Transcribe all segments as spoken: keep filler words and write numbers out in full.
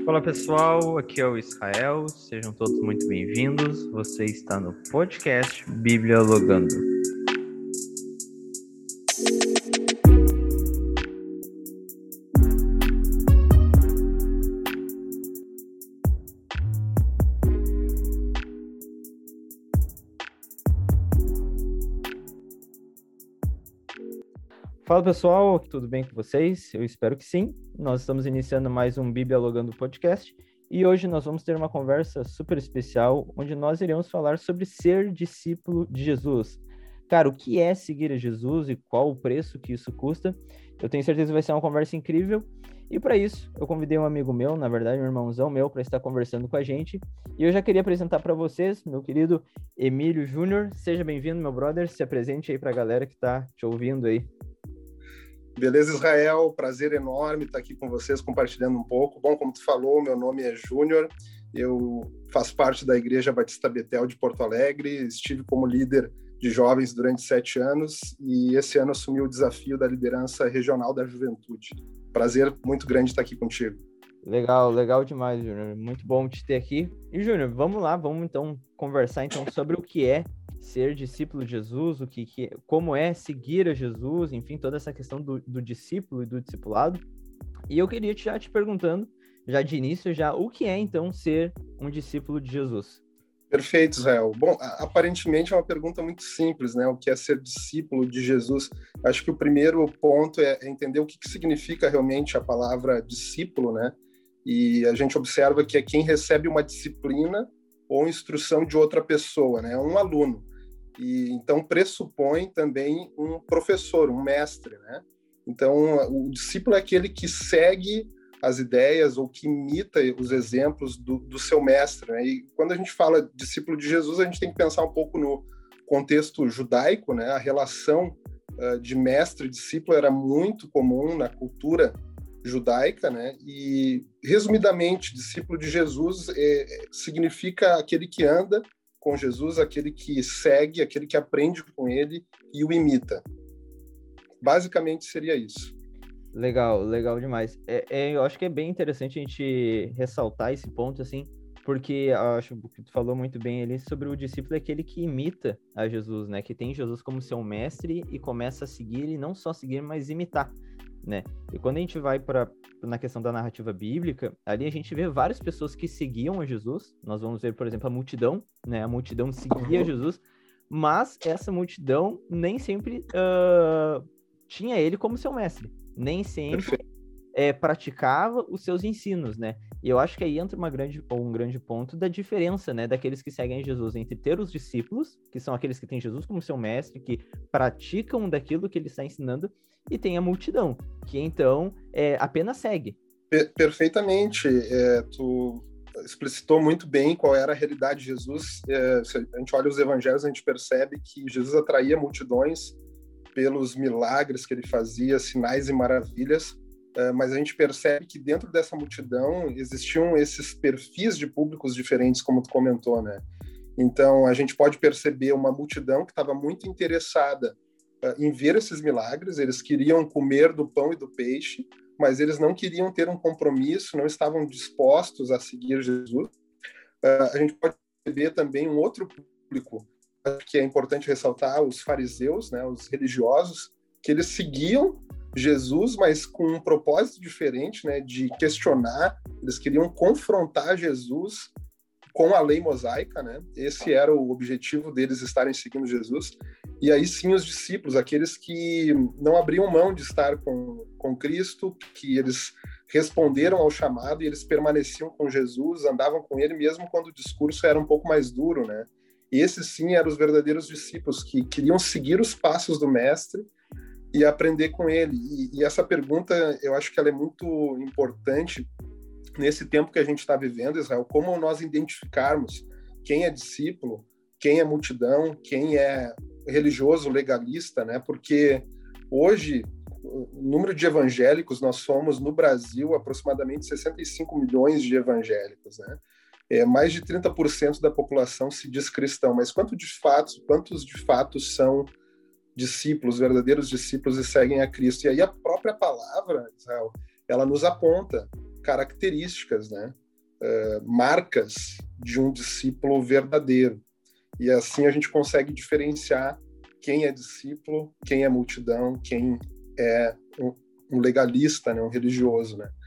Olá pessoal, aqui é o Israel, sejam todos muito bem-vindos. Você está no podcast Bíblia Logando. Fala pessoal, tudo bem com vocês? Eu espero que sim. Nós estamos iniciando mais um Bíblia Logando podcast e hoje nós vamos ter uma conversa super especial onde nós iremos falar sobre ser discípulo de Jesus. Cara, o que é seguir a Jesus e qual o preço que isso custa? Eu tenho certeza que vai ser uma conversa incrível e para isso eu convidei um amigo meu, na verdade um irmãozão meu, para estar conversando com a gente e eu já queria apresentar para vocês, meu querido Emílio Júnior. Seja bem-vindo, meu brother, se apresente aí para a galera que está te ouvindo aí. Beleza, Israel? Prazer enorme estar aqui com vocês, compartilhando um pouco. Bom, como tu falou, meu nome é Júnior, eu faço parte da Igreja Batista Betel de Porto Alegre, estive como líder de jovens durante sete anos e esse ano assumi o desafio da liderança regional da juventude. Prazer muito grande estar aqui contigo. Legal, legal demais, Júnior. Muito bom te ter aqui. E, Júnior, vamos lá, vamos então conversar então sobre o que é ser discípulo de Jesus, o que, que como é seguir a Jesus, enfim, toda essa questão do, do discípulo e do discipulado. E eu queria te, já te perguntando, já de início, já o que é então ser um discípulo de Jesus? Perfeito, Israel. Bom, aparentemente é uma pergunta muito simples, né? O que é ser discípulo de Jesus? Acho que o primeiro ponto é entender o que, que significa realmente a palavra discípulo, né? E a gente observa que é quem recebe uma disciplina ou instrução de outra pessoa, né? Um aluno. E então pressupõe também um professor, um mestre, né? Então o discípulo é aquele que segue as ideias ou que imita os exemplos do, do seu mestre, né? E quando a gente fala discípulo de Jesus, a gente tem que pensar um pouco no contexto judaico, né? A relação uh, de mestre e discípulo era muito comum na cultura judaica, né? E resumidamente, discípulo de Jesus é, significa aquele que anda com Jesus, aquele que segue, aquele que aprende com ele e o imita. Basicamente seria isso. Legal, legal demais. É, é, eu acho que é bem interessante a gente ressaltar esse ponto, assim, porque eu acho que tu falou muito bem ali sobre o discípulo, é aquele que imita a Jesus, né? Que tem Jesus como seu mestre e começa a seguir, e não só seguir, mas imitar, né? E quando a gente vai para na questão da narrativa bíblica, ali a gente vê várias pessoas que seguiam a Jesus. Nós vamos ver, por exemplo, a multidão, né? A multidão seguia Jesus, mas essa multidão nem sempre uh, tinha ele como seu mestre, nem sempre é, praticava os seus ensinos, né? E eu acho que aí entra uma grande, um grande ponto da diferença, né, daqueles que seguem Jesus, entre ter os discípulos, que são aqueles que têm Jesus como seu mestre, que praticam daquilo que ele está ensinando, e tem a multidão, que então é, apenas segue. Per- perfeitamente. É, tu explicitou muito bem qual era a realidade de Jesus. É, se a gente olha os evangelhos, a gente percebe que Jesus atraía multidões pelos milagres que ele fazia, sinais e maravilhas, é, mas a gente percebe que dentro dessa multidão existiam esses perfis de públicos diferentes, como tu comentou, né? Então, a gente pode perceber uma multidão que estava muito interessada em ver esses milagres, eles queriam comer do pão e do peixe, mas eles não queriam ter um compromisso, não estavam dispostos a seguir Jesus. Uh, a gente pode perceber também um outro público, que é importante ressaltar, os fariseus, né, os religiosos, que eles seguiam Jesus, mas com um propósito diferente, né, de questionar, eles queriam confrontar Jesus com a lei mosaica, né? Esse era o objetivo deles estarem seguindo Jesus. E aí sim os discípulos, aqueles que não abriam mão de estar com, com Cristo, que eles responderam ao chamado e eles permaneciam com Jesus, andavam com ele mesmo quando o discurso era um pouco mais duro, né? Esses sim eram os verdadeiros discípulos que queriam seguir os passos do mestre e aprender com ele. E, e essa pergunta, eu acho que ela é muito importante nesse tempo que a gente está vivendo, Israel, como nós identificarmos quem é discípulo, quem é multidão, quem é religioso, legalista, né? Porque hoje, o número de evangélicos, nós somos, no Brasil, aproximadamente sessenta e cinco milhões de evangélicos, né? É, mais de trinta por cento da população se diz cristão, mas quanto de fato, quantos de fato são discípulos, verdadeiros discípulos e seguem a Cristo? E aí a própria palavra, Israel, ela nos aponta características, né? Uh, marcas de um discípulo verdadeiro. E assim a gente consegue diferenciar quem é discípulo, quem é multidão, quem é um, um legalista, né? Um religioso, né?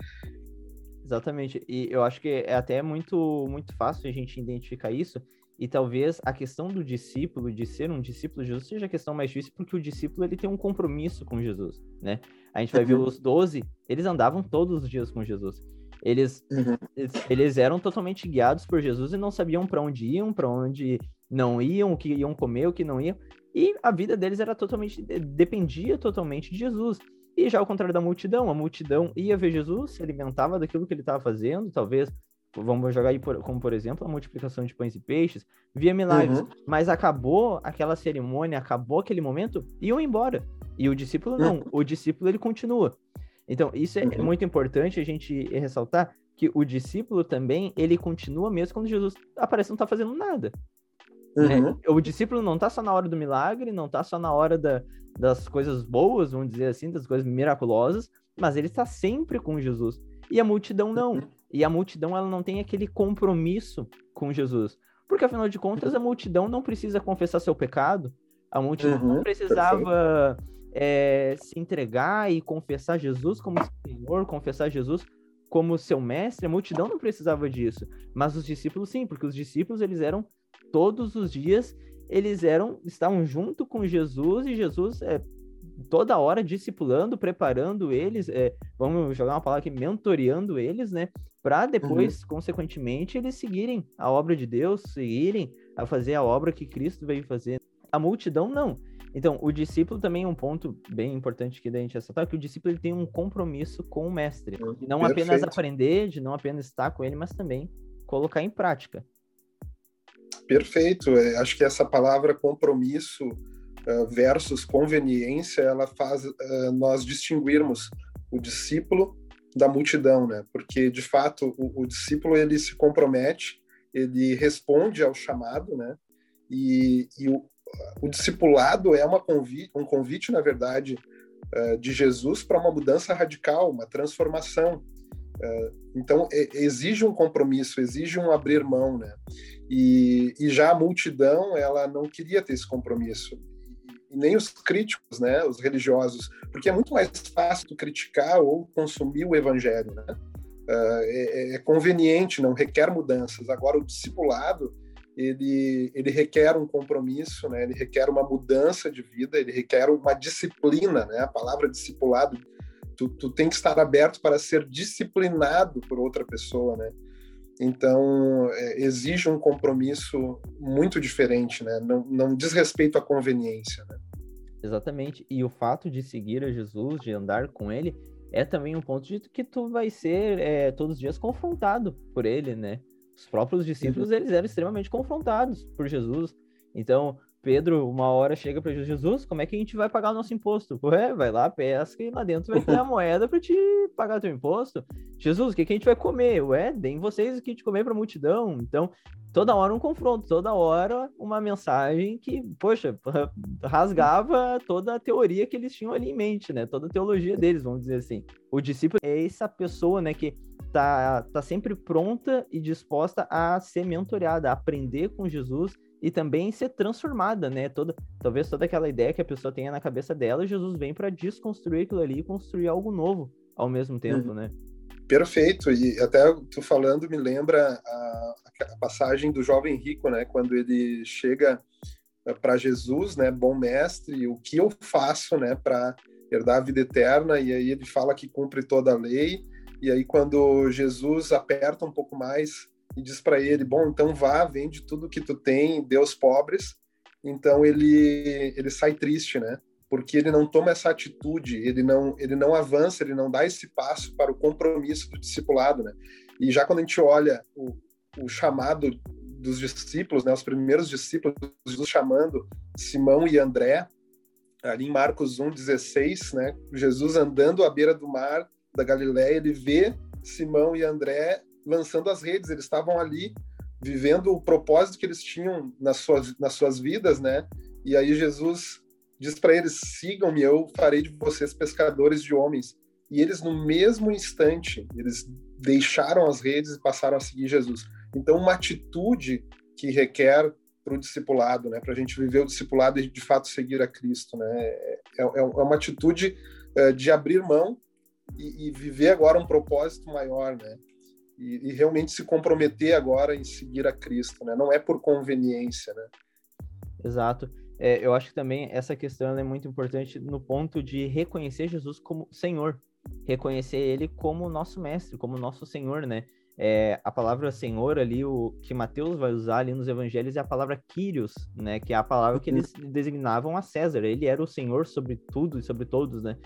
Exatamente. E eu acho que é até muito, muito fácil a gente identificar isso. E talvez a questão do discípulo, de ser um discípulo de Jesus, seja a questão mais difícil, porque o discípulo ele tem um compromisso com Jesus, né? A gente vai uhum. ver os doze, eles andavam todos os dias com Jesus. Eles, uhum. eles, eles eram totalmente guiados por Jesus e não sabiam para onde iam, para onde não iam, o que iam comer, o que não iam. E a vida deles era totalmente, dependia totalmente de Jesus. E já ao contrário da multidão, a multidão ia ver Jesus, se alimentava daquilo que ele estava fazendo, talvez, vamos jogar aí por, como por exemplo, a multiplicação de pães e peixes, via milagres, uhum. mas acabou aquela cerimônia, acabou aquele momento, iam embora. E o discípulo não, uhum. o discípulo ele continua. Então, isso é uhum. muito importante a gente ressaltar, que o discípulo também, ele continua mesmo quando Jesus aparece e não está fazendo nada. Uhum. Né? O discípulo não está só na hora do milagre, não está só na hora da, das coisas boas, vamos dizer assim, das coisas miraculosas, mas ele está sempre com Jesus. E a multidão não. Uhum. E a multidão, ela não tem aquele compromisso com Jesus. Porque, afinal de contas, a multidão não precisa confessar seu pecado, a multidão uhum. não precisava é, se entregar e confessar Jesus como Senhor, confessar Jesus como seu mestre. A multidão não precisava disso. Mas os discípulos sim, porque os discípulos, eles eram todos os dias, eles eram, estavam junto com Jesus, e Jesus é, toda hora discipulando, preparando eles, é, vamos jogar uma palavra aqui, mentoreando eles, né, para depois, uhum. consequentemente, eles seguirem a obra de Deus, seguirem a fazer a obra que Cristo veio fazer. A multidão, não. Então, o discípulo também é um ponto bem importante que a gente ressaltar, que o discípulo ele tem um compromisso com o mestre, de não Perfeito. apenas aprender, de não apenas estar com ele, mas também colocar em prática. Perfeito. Acho que essa palavra compromisso uh, versus conveniência, ela faz uh, nós distinguirmos o discípulo da multidão, né? Porque, de fato, o, o discípulo, ele se compromete, ele responde ao chamado, né? E, e o, o discipulado é uma convite, um convite, na verdade, uh, de Jesus para uma mudança radical, uma transformação. Uh, então, é, exige um compromisso, exige um abrir mão, né? E, e já a multidão, ela não queria ter esse compromisso. E, e nem os críticos, né? Os religiosos, porque é muito mais fácil tu criticar ou consumir o evangelho, né? Uh, é, é conveniente, não requer mudanças. Agora, o discipulado, ele, ele requer um compromisso, né? Ele requer uma mudança de vida, ele requer uma disciplina, né? A palavra discipulado, Tu, tu tem que estar aberto para ser disciplinado por outra pessoa, né? Então, é, exige um compromisso muito diferente, né? Não, não diz respeito à conveniência, né? Exatamente. E o fato de seguir a Jesus, de andar com ele, é também um ponto de que tu vai ser é, todos os dias confrontado por ele, né? Os próprios discípulos, uhum. eles eram extremamente confrontados por Jesus. Então, Pedro, uma hora chega para Jesus, como é que a gente vai pagar o nosso imposto? Ué, vai lá, pesca e lá dentro vai ter a moeda para te pagar teu imposto. Jesus, o que, que a gente vai comer? Ué, deem vocês o que de comer para a multidão. Então, toda hora um confronto, toda hora uma mensagem que, poxa, rasgava toda a teoria que eles tinham ali em mente, né? Toda a teologia deles, vamos dizer assim. O discípulo é essa pessoa, né, que tá, tá sempre pronta e disposta a ser mentoreada, a aprender com Jesus, e também ser transformada, né? Toda, talvez toda aquela ideia que a pessoa tenha na cabeça dela, Jesus vem para desconstruir aquilo ali e construir algo novo ao mesmo tempo, uhum. né? Perfeito. E até tu falando me lembra a, a passagem do jovem rico, né? Quando ele chega para Jesus, né? Bom mestre, o que eu faço, né? Para herdar a vida eterna? E aí ele fala que cumpre toda a lei. E aí quando Jesus aperta um pouco mais e diz para ele, bom, então vá, vende tudo que tu tem, dê aos pobres. Então ele ele sai triste, né? Porque ele não toma essa atitude, ele não ele não avança, ele não dá esse passo para o compromisso do discipulado, né? E já quando a gente olha o, o chamado dos discípulos, né, os primeiros discípulos, Jesus chamando Simão e André, ali em Marcos um, dezesseis, né? Jesus andando à beira do mar da Galileia, ele vê Simão e André lançando as redes, eles estavam ali vivendo o propósito que eles tinham nas suas, nas suas vidas, né? E aí Jesus diz para eles, sigam-me, eu farei de vocês pescadores de homens. e eles, no mesmo instante, eles deixaram as redes e passaram a seguir Jesus. Então, uma atitude que requer para o discipulado, né, para a gente viver o discipulado e, de fato, seguir a Cristo, né, é, é uma atitude é, de abrir mão e, e viver agora um propósito maior, né, e, e realmente se comprometer agora em seguir a Cristo, né, não é por conveniência, né. Exato. É, eu acho que também essa questão é muito importante no ponto de reconhecer Jesus como Senhor, reconhecer Ele como nosso mestre, como nosso Senhor, né? É, a palavra Senhor ali, o que Mateus vai usar ali nos evangelhos é a palavra Kyrios, né? Que é a palavra que eles designavam a César. Ele era o Senhor sobre tudo e sobre todos, né?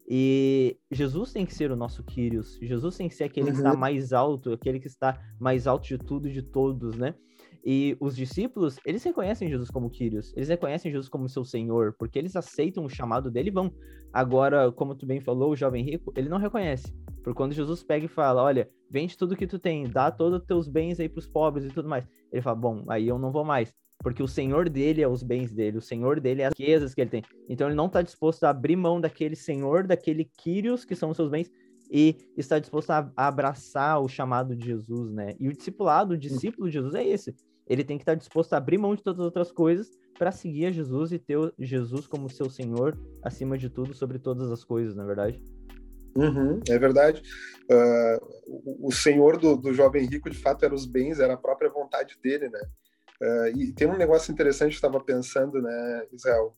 E Jesus tem que ser o nosso Kyrios. Jesus tem que ser aquele uhum. que está mais alto, aquele que está mais alto de tudo e de todos, né? E os discípulos, eles reconhecem Jesus como Kyrios, eles reconhecem Jesus como seu Senhor, porque eles aceitam o chamado dele e vão. Agora, como tu bem falou, o jovem rico, ele não reconhece. Porque quando Jesus pega e fala, olha, vende tudo que tu tem, dá todos os teus bens aí pros pobres e tudo mais. Ele fala, bom, aí eu não vou mais. Porque o Senhor dele é os bens dele, o Senhor dele é as riquezas que ele tem. Então ele não está disposto a abrir mão daquele Senhor, daquele Kyrios, que são os seus bens, e está disposto a abraçar o chamado de Jesus, né? E o discipulado, o discípulo de Jesus é esse. Ele tem que estar disposto a abrir mão de todas as outras coisas para seguir a Jesus e ter Jesus como seu Senhor acima de tudo, sobre todas as coisas, não é verdade? Uhum, é verdade. Uh, o, o Senhor do, do jovem rico, de fato, era os bens, era a própria vontade dele, né? Uh, e tem um negócio interessante que eu estava pensando, né, Israel?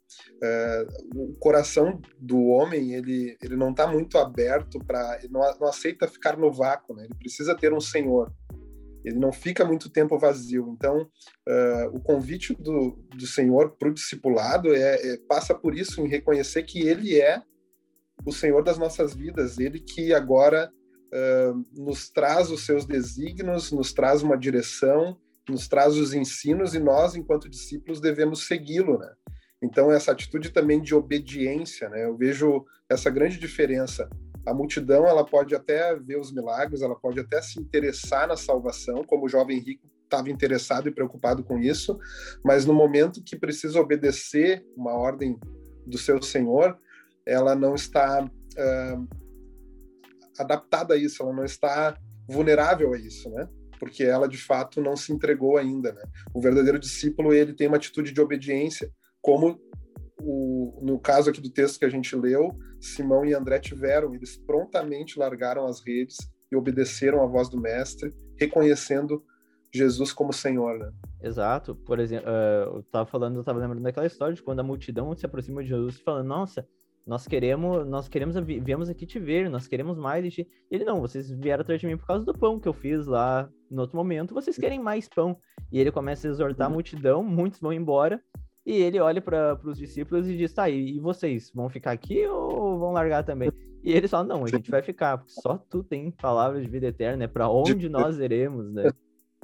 Uh, o coração do homem, ele, ele não está muito aberto para... Ele não, não aceita ficar no vácuo, né? Ele precisa ter um Senhor. Ele não fica muito tempo vazio. Então, uh, o convite do, do Senhor para o discipulado é, é, passa por isso, em reconhecer que Ele é o Senhor das nossas vidas, Ele que agora uh, nos traz os seus desígnios, nos traz uma direção, nos traz os ensinos, e nós, enquanto discípulos, devemos segui-lo, né? Então, essa atitude também de obediência, né? Eu vejo essa grande diferença. A multidão, ela pode até ver os milagres, ela pode até se interessar na salvação, como o jovem rico estava interessado e preocupado com isso, mas no momento que precisa obedecer uma ordem do seu Senhor, ela não está uh, adaptada a isso, ela não está vulnerável a isso, né? Porque ela, de fato, não se entregou ainda, né? O verdadeiro discípulo, ele tem uma atitude de obediência, como O, no caso aqui do texto que a gente leu, Simão e André tiveram, eles prontamente largaram as redes e obedeceram à voz do mestre, reconhecendo Jesus como Senhor, né? Exato. Por exemplo, uh, eu tava falando, eu tava lembrando daquela história de quando a multidão se aproxima de Jesus e fala, nossa, nós queremos, nós queremos, viemos aqui te ver, nós queremos mais de ti. Ele, não, vocês vieram atrás de mim por causa do pão que eu fiz lá no outro momento, vocês querem mais pão. E ele começa a exortar a multidão, muitos vão embora, e ele olha para os discípulos e diz, tá, e, e vocês vão ficar aqui ou vão largar também? E eles falam, não, a gente vai ficar, porque só tu tem palavras de vida eterna, é para onde nós iremos, né?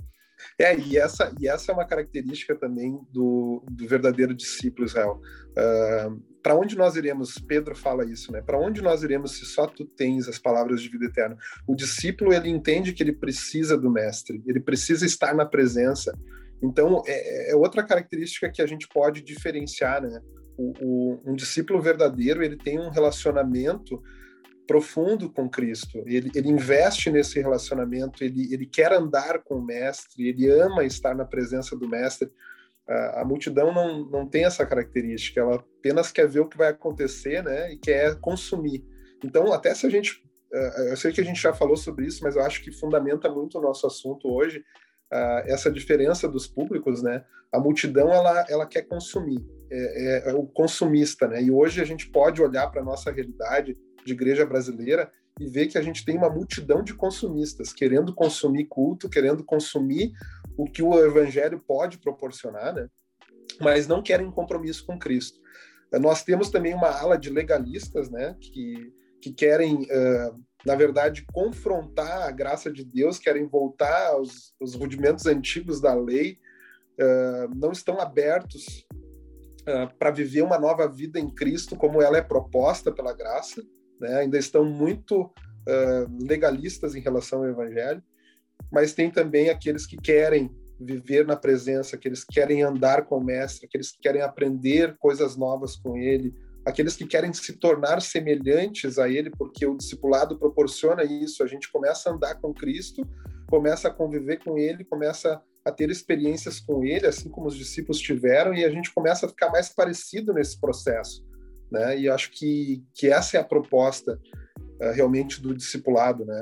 É, e essa, e essa é uma característica também do, do verdadeiro discípulo, Israel. Uh, para onde nós iremos? Pedro fala isso, né? Para onde nós iremos se só tu tens as palavras de vida eterna? O discípulo, ele entende que ele precisa do mestre, ele precisa estar na presença. Então, é, é outra característica que a gente pode diferenciar, né? O, o, um discípulo verdadeiro, ele tem um relacionamento profundo com Cristo, ele, ele investe nesse relacionamento, ele, ele quer andar com o mestre, ele ama estar na presença do mestre. A, a multidão não, não tem essa característica, ela apenas quer ver o que vai acontecer, né? E quer consumir. Então, até se a gente... Eu sei que a gente já falou sobre isso, mas eu acho que fundamenta muito o nosso assunto hoje, Uh, essa diferença dos públicos, né? A multidão, ela, ela quer consumir, é, é, é o consumista, né? E hoje a gente pode olhar para a nossa realidade de igreja brasileira e ver que a gente tem uma multidão de consumistas, querendo consumir culto, querendo consumir o que o evangelho pode proporcionar, né? Mas não querem compromisso com Cristo. Uh, nós temos também uma ala de legalistas, né? Que, que querem... Uh, na verdade, confrontar a graça de Deus, querem voltar aos, aos rudimentos antigos da lei, uh, não estão abertos uh, para viver uma nova vida em Cristo como ela é proposta pela graça, né? Ainda estão muito uh, legalistas em relação ao Evangelho, mas tem também aqueles que querem viver na presença, aqueles que querem andar com o Mestre, aqueles que querem aprender coisas novas com Ele, aqueles que querem se tornar semelhantes a ele, porque o discipulado proporciona isso, a gente começa a andar com Cristo, começa a conviver com ele, começa a ter experiências com ele, assim como os discípulos tiveram, e a gente começa a ficar mais parecido nesse processo, né? E acho que, que essa é a proposta uh, realmente do discipulado, né?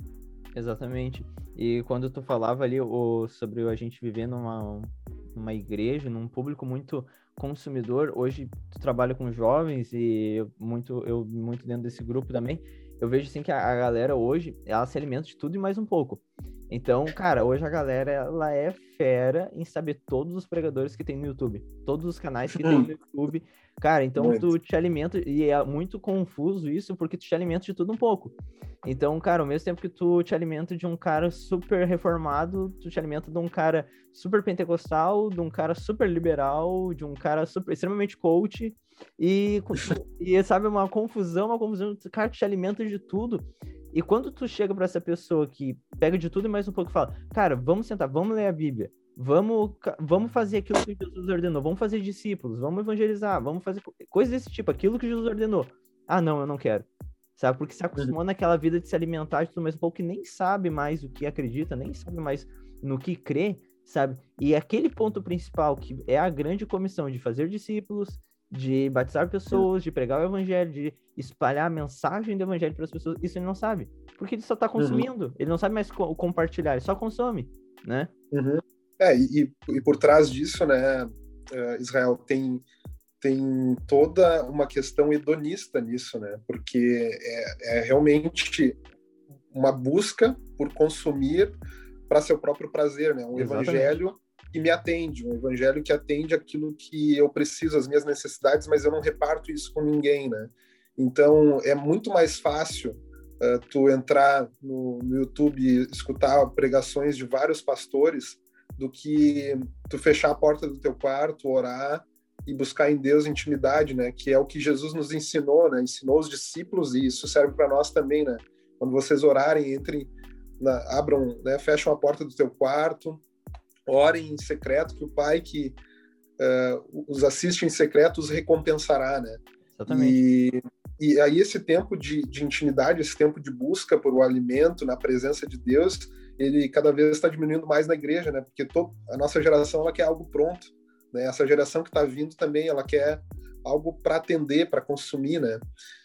Exatamente. E quando tu falava ali o, sobre a gente viver numa, numa igreja, num público muito consumidor, hoje tu trabalha com jovens e eu muito, eu muito dentro desse grupo também, eu vejo assim que a, a galera hoje, ela se alimenta de tudo e mais um pouco. Então, cara, hoje a galera, ela é fera em saber todos os pregadores que tem no YouTube, todos os canais que tem no YouTube. Cara, então muito. Tu te alimenta, e é muito confuso isso, porque tu te alimenta de tudo um pouco. Então, cara, ao mesmo tempo que tu te alimenta de um cara super reformado, tu te alimenta de um cara super pentecostal, de um cara super liberal, de um cara super, extremamente coach, e, e sabe, uma confusão, uma confusão, cara, tu te alimenta de tudo. E quando tu chega pra essa pessoa que pega de tudo e mais um pouco e fala, cara, vamos sentar, vamos ler a Bíblia, vamos, vamos fazer aquilo que Jesus ordenou, vamos fazer discípulos, vamos evangelizar, vamos fazer coisas desse tipo, aquilo que Jesus ordenou. Ah, não, eu não quero. Sabe? Porque se acostumou naquela vida de se alimentar de tudo mais um pouco, que nem sabe mais o que acredita, nem sabe mais no que crê, sabe? E aquele ponto principal, que é a grande comissão de fazer discípulos, de batizar pessoas, de pregar o evangelho, de espalhar a mensagem do evangelho para as pessoas, isso ele não sabe, porque ele só está consumindo, uhum. Ele não sabe mais co- compartilhar, ele só consome, né? Uhum. É, e, e por trás disso, né, Israel, tem, tem toda uma questão hedonista nisso, né, porque é, é realmente uma busca por consumir para seu próprio prazer, né, um Exatamente. Evangelho que me atende, um evangelho que atende aquilo que eu preciso, as minhas necessidades, mas eu não reparto isso com ninguém, né? Então, é muito mais fácil uh, tu entrar no, no YouTube e escutar pregações de vários pastores do que tu fechar a porta do teu quarto, orar e buscar em Deus intimidade, né? Que é o que Jesus nos ensinou, né? Ensinou os discípulos, e isso serve para nós também, né? Quando vocês orarem, entrem, na, abram, né? Fecham a porta do teu quarto, orem em secreto, que o Pai que uh, os assiste em secreto os recompensará, né? Exatamente. E, e aí esse tempo de, de intimidade, esse tempo de busca por o alimento na presença de Deus, ele cada vez está diminuindo mais na igreja, né? Porque to, a nossa geração, ela quer algo pronto, né? Essa geração que está vindo também, ela quer algo para atender, para consumir, né?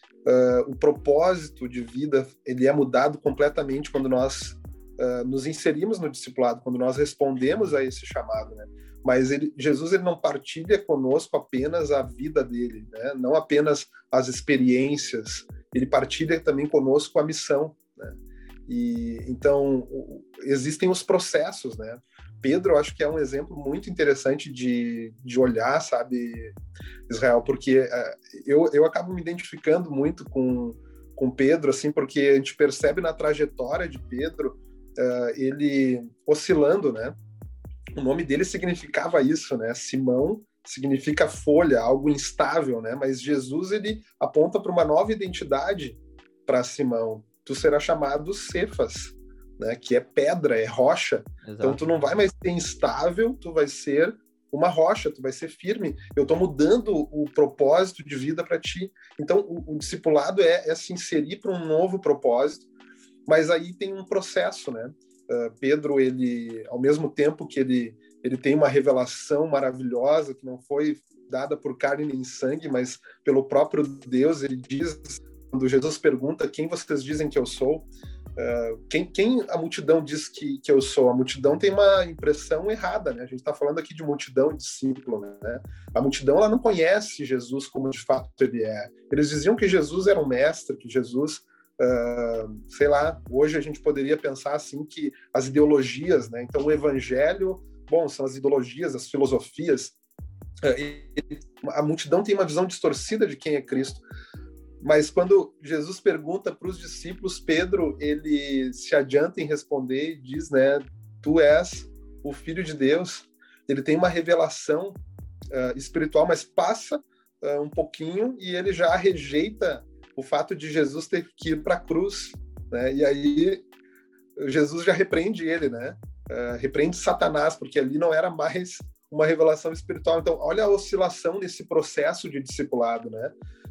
Uh, o propósito de vida, ele é mudado completamente quando nós Uh, nos inserimos no discipulado, quando nós respondemos a esse chamado, né? Mas ele, Jesus, ele não partilha conosco apenas a vida dele, né? Não apenas as experiências, ele partilha também conosco a missão, né? E então o, existem os processos, né? Pedro, acho que é um exemplo muito interessante de, de olhar, sabe, Israel, porque uh, eu, eu acabo me identificando muito com, com Pedro, assim, porque a gente percebe na trajetória de Pedro Uh, ele oscilando, né? O nome dele significava isso, né? Simão significa folha, algo instável, né? Mas Jesus, ele aponta para uma nova identidade para Simão. Tu será chamado Cefas, né? Que é pedra, é rocha. Exato. Então tu não vai mais ser instável, tu vai ser uma rocha, tu vai ser firme. Eu estou mudando o propósito de vida para ti. Então o, o discipulado é, é se inserir para um novo propósito. Mas aí tem um processo, né? Uh, Pedro, ele, ao mesmo tempo que ele, ele tem uma revelação maravilhosa, que não foi dada por carne nem sangue, mas pelo próprio Deus, ele diz, quando Jesus pergunta, quem vocês dizem que eu sou? Uh, quem, quem a multidão diz que, que eu sou? A multidão tem uma impressão errada, né? A gente está falando aqui de multidão e discípulo, né? A multidão, ela não conhece Jesus como de fato ele é. Eles diziam que Jesus era um mestre, que Jesus... Uh, sei lá, hoje a gente poderia pensar assim que as ideologias, né? Então o evangelho, bom, são as ideologias, as filosofias. Uh, e, a multidão tem uma visão distorcida de quem é Cristo. Mas quando Jesus pergunta para os discípulos, Pedro, ele se adianta em responder e diz, né? Tu és o Filho de Deus. Ele tem uma revelação uh, espiritual, mas passa uh, um pouquinho e ele já rejeita o fato de Jesus ter que ir para a cruz, né? E aí Jesus já repreende ele, né? Uh, repreende Satanás, porque ali não era mais uma revelação espiritual. Então, olha a oscilação nesse processo de discipulado, né?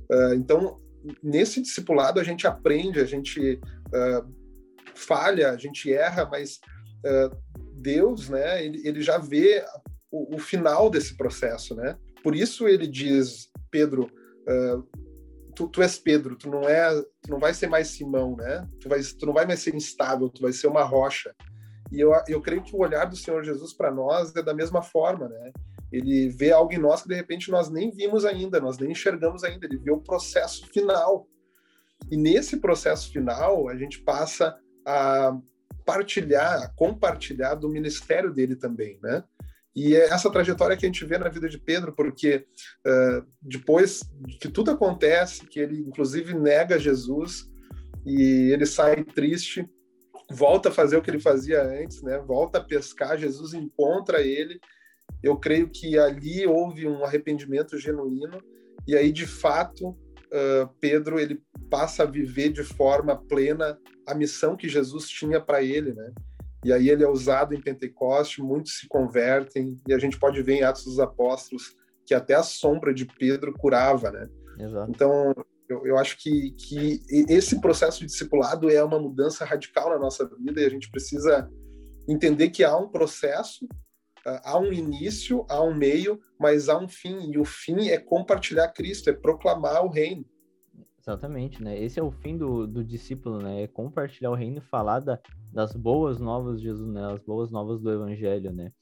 Uh, então, nesse discipulado, a gente aprende, a gente uh, falha, a gente erra, mas uh, Deus, né, ele, ele já vê o, o final desse processo, né? Por isso ele diz, Pedro, uh, tu, tu és Pedro, tu não, é, tu não vai ser mais Simão, né? Tu, vai, tu não vai mais ser instável, tu vai ser uma rocha. E eu, eu creio que o olhar do Senhor Jesus para nós é da mesma forma, né? Ele vê algo em nós que, de repente, nós nem vimos ainda, nós nem enxergamos ainda. Ele vê o processo final. E nesse processo final, a gente passa a partilhar, a compartilhar do ministério dele também, né? E é essa trajetória que a gente vê na vida de Pedro, porque uh, depois que tudo acontece, que ele, inclusive, nega Jesus e ele sai triste, volta a fazer o que ele fazia antes, né? Volta a pescar, Jesus encontra ele. Eu creio que ali houve um arrependimento genuíno e aí, de fato, uh, Pedro ele passa a viver de forma plena a missão que Jesus tinha para ele, né? E aí ele é usado em Pentecoste, muitos se convertem e a gente pode ver em Atos dos Apóstolos que até a sombra de Pedro curava, né? Exato. Então, eu, eu acho que, que esse processo de discipulado é uma mudança radical na nossa vida e a gente precisa entender que há um processo, há um início, há um meio, mas há um fim, e o fim é compartilhar Cristo, é proclamar o reino. Exatamente, né? Esse é o fim do, do discípulo, né? É compartilhar o reino e falar da, das boas novas de Jesus, né? As boas novas do Evangelho, né?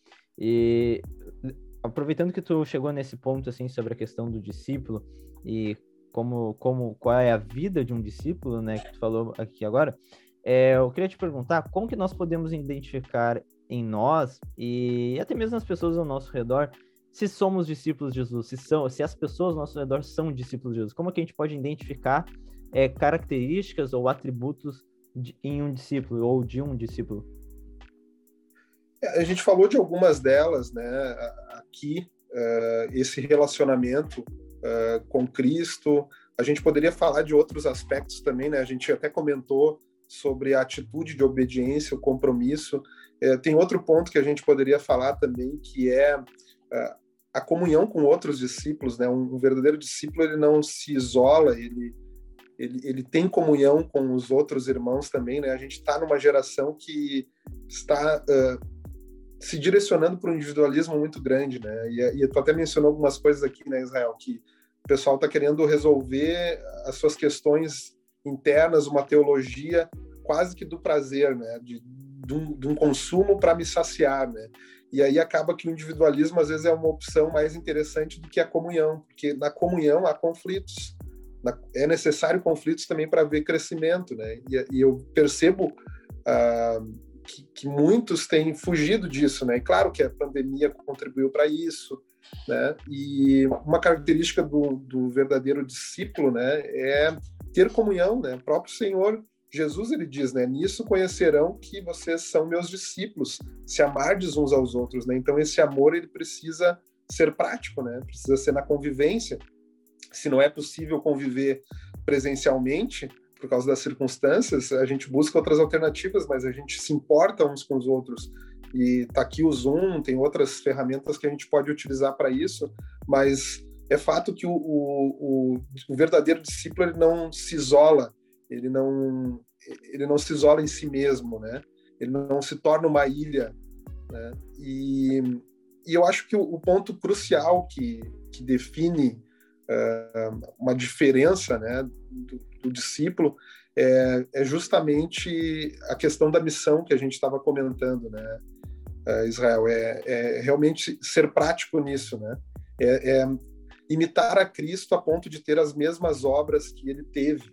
E aproveitando que tu chegou nesse ponto, assim, sobre a questão do discípulo e como, como, qual é a vida de um discípulo, né? Que tu falou aqui agora, é, eu queria te perguntar como que nós podemos identificar em nós e até mesmo nas pessoas ao nosso redor se somos discípulos de Jesus, se, são, se as pessoas ao nosso redor são discípulos de Jesus. Como é que a gente pode identificar é, características ou atributos de, em um discípulo ou de um discípulo? É, a gente falou de algumas delas, né? Aqui, uh, esse relacionamento uh, com Cristo. A gente poderia falar de outros aspectos também, né? A gente até comentou sobre a atitude de obediência, o compromisso. É, tem outro ponto que a gente poderia falar também, que é uh, a comunhão com outros discípulos, né? Um, um verdadeiro discípulo, ele não se isola, ele, ele, ele tem comunhão com os outros irmãos também, né? A gente está numa geração que está uh, se direcionando para um individualismo muito grande, né? E, e tu até mencionou algumas coisas aqui, né, Israel, que o pessoal está querendo resolver as suas questões internas, uma teologia quase que do prazer, né? De, de, um, de um consumo para me saciar, né? E aí acaba que o individualismo às vezes é uma opção mais interessante do que a comunhão, porque na comunhão há conflitos, na, é necessário conflitos também para haver crescimento, né? E, e eu percebo ah, que, que muitos têm fugido disso, né? E claro que a pandemia contribuiu para isso, né? E uma característica do, do verdadeiro discípulo, né, é ter comunhão, né? O próprio Senhor Jesus, ele diz, né, nisso conhecerão que vocês são meus discípulos, se amardes uns aos outros, né? Então esse amor, ele precisa ser prático, né? Precisa ser na convivência. Se não é possível conviver presencialmente, por causa das circunstâncias, a gente busca outras alternativas, mas a gente se importa uns com os outros. E tá aqui o Zoom, tem outras ferramentas que a gente pode utilizar para isso, mas é fato que o, o, o, o verdadeiro discípulo, ele não se isola, ele não, ele não se isola em si mesmo, né? Ele não se torna uma ilha, né? E, e eu acho que o, o ponto crucial que, que define uh, uma diferença, né, do, do discípulo é, é justamente a questão da missão que a gente estava comentando, né, uh, Israel? É, é realmente ser prático nisso, né? É, é imitar a Cristo a ponto de ter as mesmas obras que ele teve.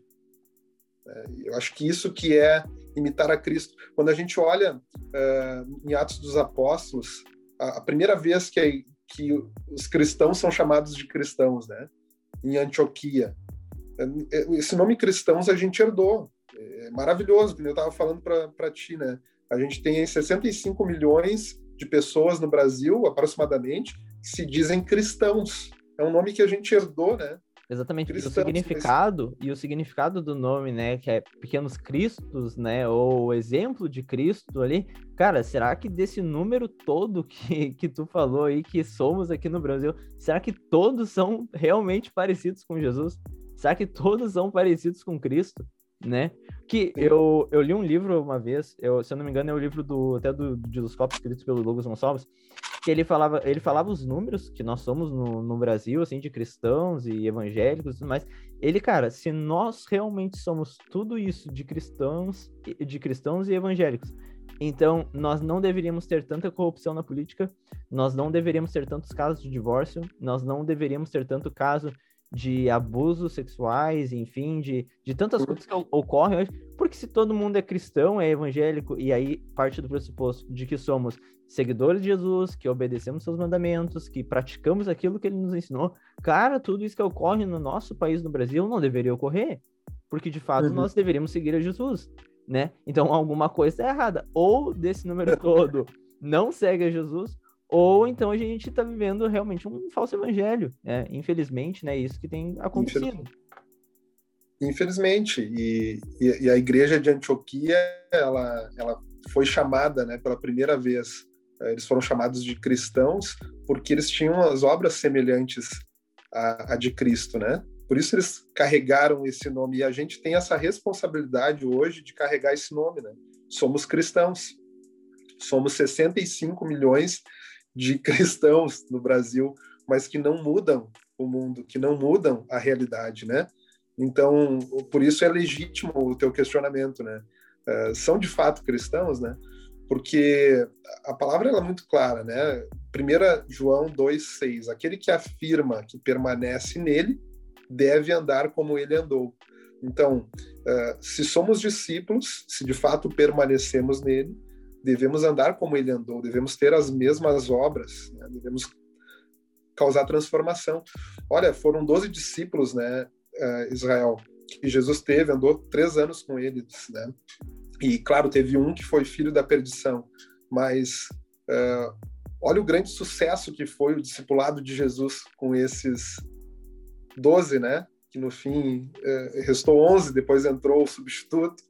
Eu acho que isso que é imitar a Cristo. Quando a gente olha uh, em Atos dos Apóstolos, a, a primeira vez que, a, que os cristãos são chamados de cristãos, né, em Antioquia, esse nome cristãos a gente herdou. É maravilhoso, como eu estava falando para ti, né? A gente tem sessenta e cinco milhões de pessoas no Brasil, aproximadamente, que se dizem cristãos. É um nome que a gente herdou, né? Exatamente, e o significado, mas... e o significado do nome, né, que é pequenos cristos, né, ou o exemplo de Cristo ali, cara, será que desse número todo que, que tu falou aí, que somos aqui no Brasil, será que todos são realmente parecidos com Jesus? Será que todos são parecidos com Cristo, né? Que eu, eu li um livro uma vez, eu, se eu não me engano é o livro do, até do, do Diloscópio, escrito pelo Douglas Gonçalves, que ele falava, ele falava os números que nós somos no, no Brasil, assim, de cristãos e evangélicos e tudo mais. Ele, cara, se nós realmente somos tudo isso de cristãos, de cristãos e evangélicos, então nós não deveríamos ter tanta corrupção na política, nós não deveríamos ter tantos casos de divórcio, nós não deveríamos ter tanto caso de abusos sexuais, enfim, de, de tantas coisas que ocorrem hoje, porque se todo mundo é cristão, é evangélico, e aí parte do pressuposto de que somos seguidores de Jesus, que obedecemos seus mandamentos, que praticamos aquilo que ele nos ensinou, cara, tudo isso que ocorre no nosso país, no Brasil, não deveria ocorrer, porque de fato uhum. nós deveríamos seguir a Jesus, né? Então alguma coisa é errada, ou desse número todo não segue a Jesus, ou então a gente está vivendo realmente um falso evangelho, né? Infelizmente, né? Isso que tem acontecido. Infelizmente, e, e, e a igreja de Antioquia, ela, ela foi chamada, né, pela primeira vez, eles foram chamados de cristãos porque eles tinham as obras semelhantes à, à de Cristo, né? Por isso eles carregaram esse nome, e a gente tem essa responsabilidade hoje de carregar esse nome, né? Somos cristãos, somos sessenta e cinco milhões de cristãos no Brasil, mas que não mudam o mundo, que não mudam a realidade, né? Então, por isso é legítimo o teu questionamento, né? Uh, são de fato cristãos, né? Porque a palavra ela é muito clara, né? primeira João dois, seis, aquele que afirma que permanece nele deve andar como ele andou. Então, uh, se somos discípulos, se de fato permanecemos nele, devemos andar como ele andou, devemos ter as mesmas obras, né? Devemos causar transformação. Olha, foram doze discípulos, né, uh, Israel, que Jesus teve, andou três anos com eles, né? E, claro, teve um que foi filho da perdição, mas uh, olha o grande sucesso que foi o discipulado de Jesus com esses doze, né? Que no fim uh, restou onze, depois entrou o substituto.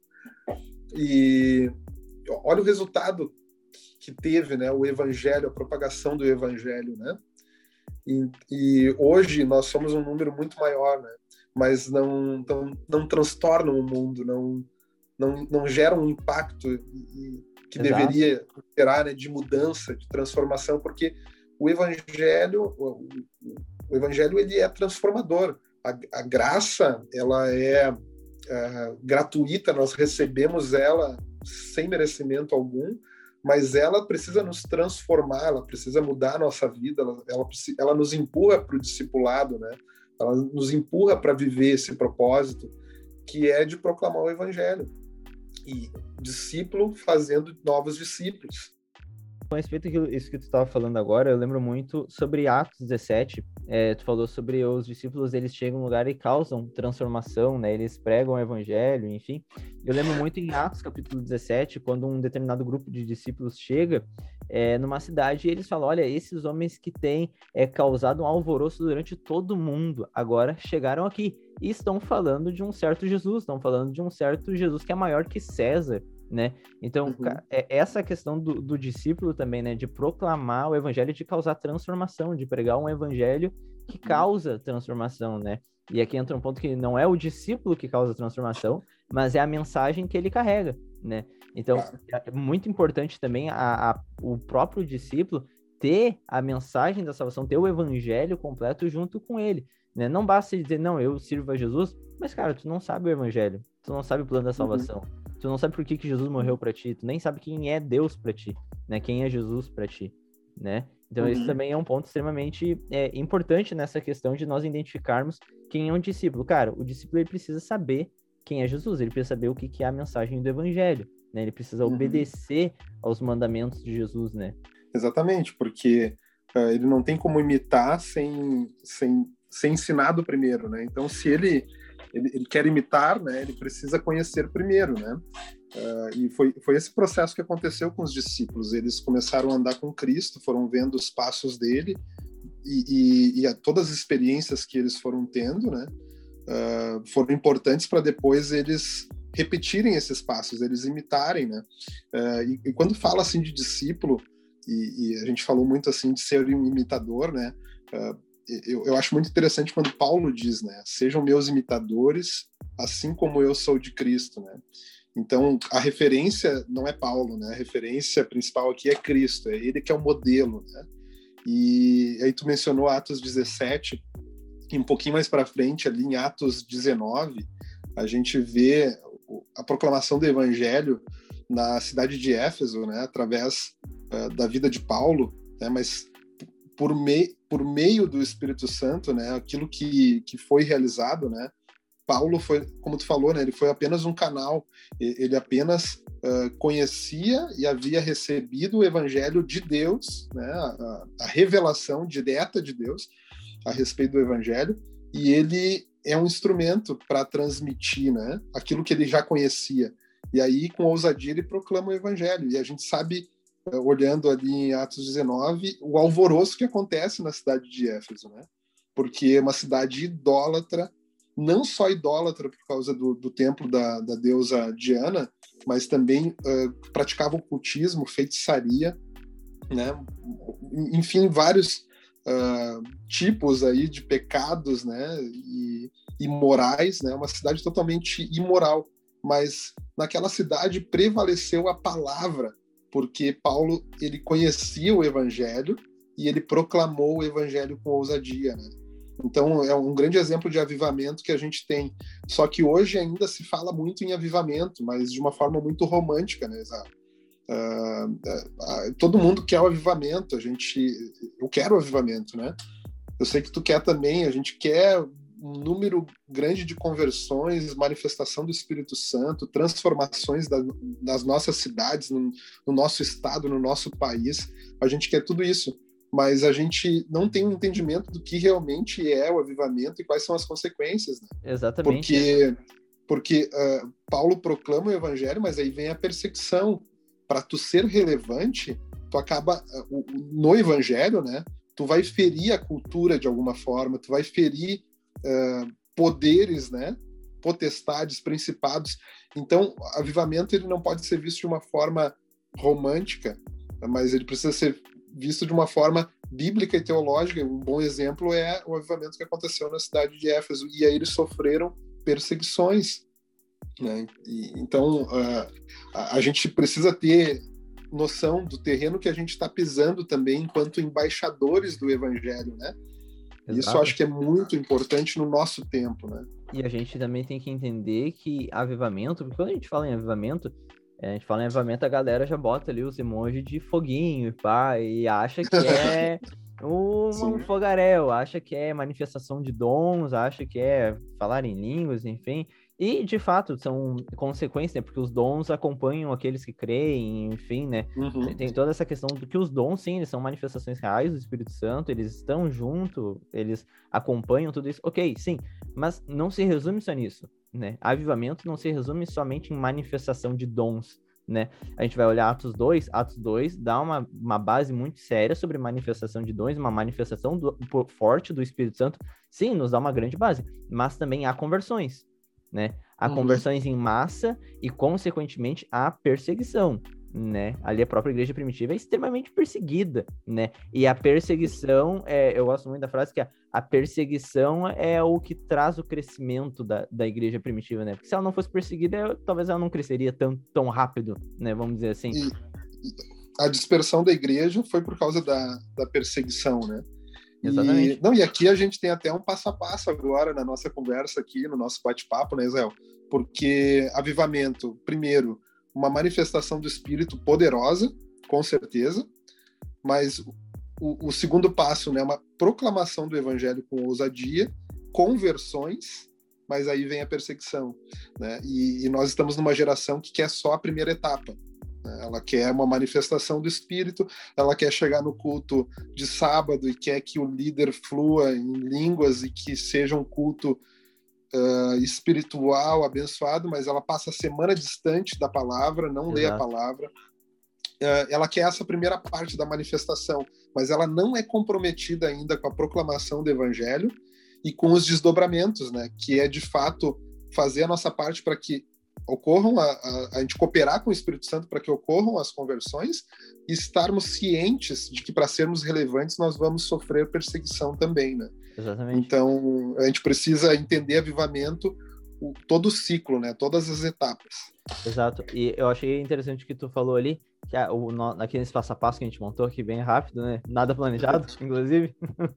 E olha o resultado que teve, né, o evangelho, a propagação do evangelho, né? E, e hoje nós somos um número muito maior, né? Mas não, não, não transtornam o mundo, não, não, não geram um impacto que Exato. Deveria gerar, né, de mudança, de transformação, porque o evangelho, o, o evangelho ele é transformador. A, a graça, ela é, é gratuita, nós recebemos ela sem merecimento algum, mas ela precisa nos transformar, ela precisa mudar a nossa vida, ela, ela, ela nos empurra para o discipulado, né? Ela nos empurra para viver esse propósito, que é de proclamar o evangelho. E discípulo fazendo novos discípulos. Com respeito a isso que tu estava falando agora, eu lembro muito sobre Atos dezessete. É, tu falou sobre os discípulos, eles chegam no lugar e causam transformação, né? Eles pregam o evangelho, enfim. Eu lembro muito em Atos, capítulo dezessete, quando um determinado grupo de discípulos chega é, numa cidade e eles falam, olha, esses homens que têm é, causado um alvoroço durante todo o mundo, agora chegaram aqui e estão falando de um certo Jesus, estão falando de um certo Jesus que é maior que César, né? Então, uhum. é essa questão do, do discípulo também, né? De proclamar o evangelho, de causar transformação, de pregar um evangelho que causa transformação, né? E aqui entra um ponto que não é o discípulo que causa transformação, mas é a mensagem que ele carrega, né? Então, é muito importante também a, a, o próprio discípulo ter a mensagem da salvação, ter o evangelho completo junto com ele, né? Não basta dizer, não, eu sirvo a Jesus, mas, cara, tu não sabe o evangelho, tu não sabe o plano da salvação. Uhum. Tu não sabe por que, que Jesus morreu pra ti, tu nem sabe quem é Deus pra ti, né? Quem é Jesus pra ti, né? Então, uhum. Isso também é um ponto extremamente é, importante nessa questão de nós identificarmos quem é um discípulo. Cara, o discípulo ele precisa saber quem é Jesus, ele precisa saber o que, que é a mensagem do evangelho, né? Ele precisa uhum. obedecer aos mandamentos de Jesus, né? Exatamente, porque uh, ele não tem como imitar sem, sem ser ensinado primeiro, né? Então, se ele... Ele, ele quer imitar, né? Ele precisa conhecer primeiro, né? Uh, e foi, foi esse processo que aconteceu com os discípulos. Eles começaram a andar com Cristo, foram vendo os passos dele e, e, e a, todas as experiências que eles foram tendo, né? Uh, foram importantes para depois eles repetirem esses passos, eles imitarem, né? Uh, e, e quando fala assim de discípulo, e, e a gente falou muito assim de ser um imitador, né? Uh, eu, eu acho muito interessante quando Paulo diz, né? Sejam meus imitadores, assim como eu sou de Cristo, né? Então, a referência não é Paulo, né? A referência principal aqui é Cristo, é ele que é o modelo, né? E aí tu mencionou Atos dezessete, e um pouquinho mais para frente, ali em Atos dezenove, a gente vê a proclamação do evangelho na cidade de Éfeso, né? Através uh, da vida de Paulo, né? Mas por, mei, por meio do Espírito Santo, né? Aquilo que, que foi realizado, né? Paulo foi, como tu falou, né? Ele foi apenas um canal, ele apenas uh, conhecia e havia recebido o evangelho de Deus, né? A, a revelação direta de Deus a respeito do evangelho, e ele é um instrumento para transmitir, né? Aquilo que ele já conhecia. E aí, com ousadia, ele proclama o evangelho. E a gente sabe, uh, olhando ali em Atos dezenove, o alvoroço que acontece na cidade de Éfeso, né? Porque é uma cidade idólatra, não só idólatra por causa do, do templo da, da deusa Diana, mas também uh, praticava ocultismo, feitiçaria, né? Enfim, vários uh, tipos aí de pecados, né? E imorais, né? Uma cidade totalmente imoral, mas naquela cidade prevaleceu a palavra, porque Paulo ele conhecia o evangelho e ele proclamou o evangelho com ousadia, né? Então, é um grande exemplo de avivamento que a gente tem. Só que hoje ainda se fala muito em avivamento, mas de uma forma muito romântica, né? Uh, uh, uh, todo mundo quer o avivamento, a gente, eu quero o avivamento, né? Eu sei que tu quer também, a gente quer um número grande de conversões, manifestação do Espírito Santo, transformações da, nas nossas cidades, no, no nosso estado, no nosso país. A gente quer tudo isso. Mas a gente não tem um entendimento do que realmente é o avivamento e quais são as consequências, né? Exatamente. Porque, porque uh, Paulo proclama o evangelho, mas aí vem a perseguição. Para tu ser relevante, tu acaba, uh, no evangelho, né? Tu vai ferir a cultura de alguma forma, tu vai ferir uh, poderes, né? Potestades, principados. Então, o avivamento ele não pode ser visto de uma forma romântica, mas ele precisa ser visto de uma forma bíblica e teológica. Um bom exemplo é o avivamento que aconteceu na cidade de Éfeso, e aí eles sofreram perseguições, né? E, então, uh, a, a gente precisa ter noção do terreno que a gente está pisando também enquanto embaixadores do evangelho, né? Exato. Isso eu acho que é muito importante no nosso tempo, né? E a gente também tem que entender que avivamento, porque quando a gente fala em avivamento, a gente fala em avivamento, a galera já bota ali os emojis de foguinho, pá, e acha que é um, um fogaréu, acha que é manifestação de dons, acha que é falar em línguas, enfim. E, de fato, são consequências, né? Porque os dons acompanham aqueles que creem, enfim, né? Uhum. Tem toda essa questão do que os dons, sim, eles são manifestações reais do Espírito Santo, eles estão junto, eles acompanham tudo isso. Ok, sim, mas não se resume só nisso, né? Avivamento não se resume somente em manifestação de dons, né? A gente vai olhar Atos dois, Atos dois dá uma, uma base muito séria sobre manifestação de dons, uma manifestação do, forte do Espírito Santo, sim, nos dá uma grande base, mas também há conversões, né? Há uhum. conversões em massa e, consequentemente, há perseguição, né? Ali a própria igreja primitiva é extremamente perseguida, né? E a perseguição, é, eu gosto muito da frase que a, a perseguição é o que traz o crescimento da, da igreja primitiva, né? Porque se ela não fosse perseguida, eu, talvez ela não cresceria tão, tão rápido, né? Vamos dizer assim. E a dispersão da igreja foi por causa da, da perseguição, né? Exatamente. E, não, e aqui a gente tem até um passo a passo agora na nossa conversa aqui, no nosso bate-papo, né, Israel? Porque avivamento, primeiro, uma manifestação do Espírito poderosa, com certeza, mas o, o segundo passo, né, uma proclamação do Evangelho com ousadia, conversões, mas aí vem a perseguição, né? E, e nós estamos numa geração que quer só a primeira etapa. Ela quer uma manifestação do Espírito, ela quer chegar no culto de sábado e quer que o líder flua em línguas e que seja um culto uh, espiritual, abençoado, mas ela passa a semana distante da palavra, não Exato. Lê a palavra. Uh, ela quer essa primeira parte da manifestação, mas ela não é comprometida ainda com a proclamação do Evangelho e com os desdobramentos, né? Que é, de fato, fazer a nossa parte para que ocorram, a, a, a gente cooperar com o Espírito Santo para que ocorram as conversões e estarmos cientes de que para sermos relevantes nós vamos sofrer perseguição também, né? Exatamente. Então, a gente precisa entender avivamento, o, todo o ciclo, né? Todas as etapas. Exato. E eu achei interessante o que tu falou ali, que a, o, no, naquele passo a passo que a gente montou aqui bem rápido, né? Nada planejado, inclusive.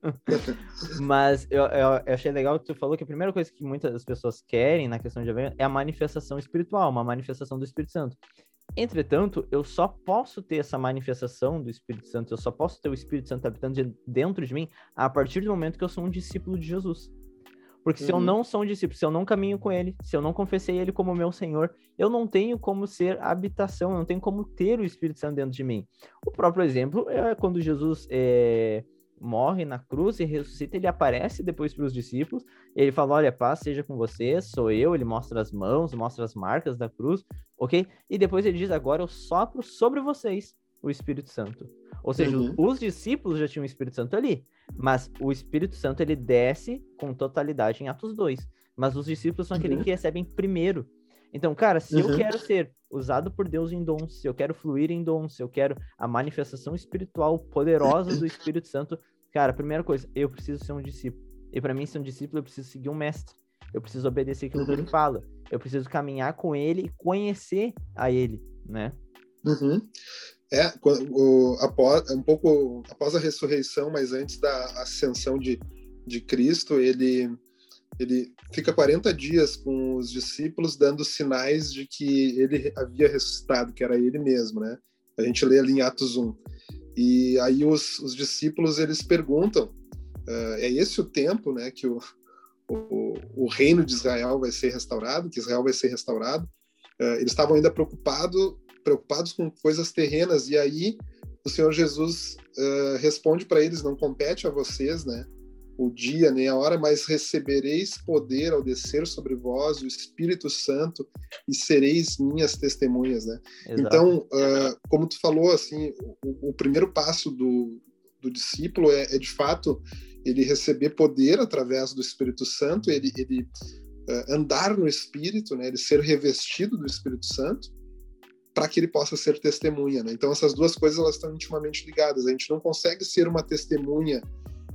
Mas eu, eu, eu achei legal que tu falou que a primeira coisa que muitas das pessoas querem na questão de avivamento é a manifestação espiritual, uma manifestação do Espírito Santo. Entretanto, eu só posso ter essa manifestação do Espírito Santo, eu só posso ter o Espírito Santo habitando de, dentro de mim a partir do momento que eu sou um discípulo de Jesus. Porque se uhum. eu não sou um discípulo, se eu não caminho com ele, se eu não confessei ele como meu Senhor, eu não tenho como ser habitação, eu não tenho como ter o Espírito Santo dentro de mim. O próprio exemplo é quando Jesus é, morre na cruz e ressuscita, ele aparece depois para os discípulos, ele fala, olha, paz seja com vocês, sou eu, ele mostra as mãos, mostra as marcas da cruz, ok? E depois ele diz, agora eu sopro sobre vocês o Espírito Santo. Ou seja, uhum. os discípulos já tinham o Espírito Santo ali, mas o Espírito Santo ele desce com totalidade em Atos dois, mas os discípulos são aqueles uhum. que recebem primeiro. Então, cara, se uhum. eu quero ser usado por Deus em dons, se eu quero fluir em dons, se eu quero a manifestação espiritual poderosa do Espírito Santo, cara, a primeira coisa, eu preciso ser um discípulo. E para mim ser um discípulo, eu preciso seguir um mestre. Eu preciso obedecer aquilo que ele fala. Eu preciso caminhar com ele e conhecer a ele, né? Uhum. É, o, após, um pouco após a ressurreição, mas antes da ascensão de, de Cristo, ele, ele fica quarenta dias com os discípulos dando sinais de que ele havia ressuscitado, que era ele mesmo, né? A gente lê ali em Atos um. E aí os, os discípulos, eles perguntam, uh, é esse o tempo, né, que o, o, o reino de Israel vai ser restaurado, que Israel vai ser restaurado? Uh, eles estavam ainda preocupados preocupados com coisas terrenas, e aí o Senhor Jesus uh, responde para eles, não compete a vocês, né, o dia nem a hora, mas recebereis poder ao descer sobre vós o Espírito Santo e sereis minhas testemunhas, né? Exato. Então, uh, como tu falou, assim, o, o primeiro passo do, do discípulo é, é, de fato, ele receber poder através do Espírito Santo, ele, ele uh, andar no Espírito, né, ele ser revestido do Espírito Santo, para que ele possa ser testemunha, né? Então essas duas coisas elas estão intimamente ligadas. A gente não consegue ser uma testemunha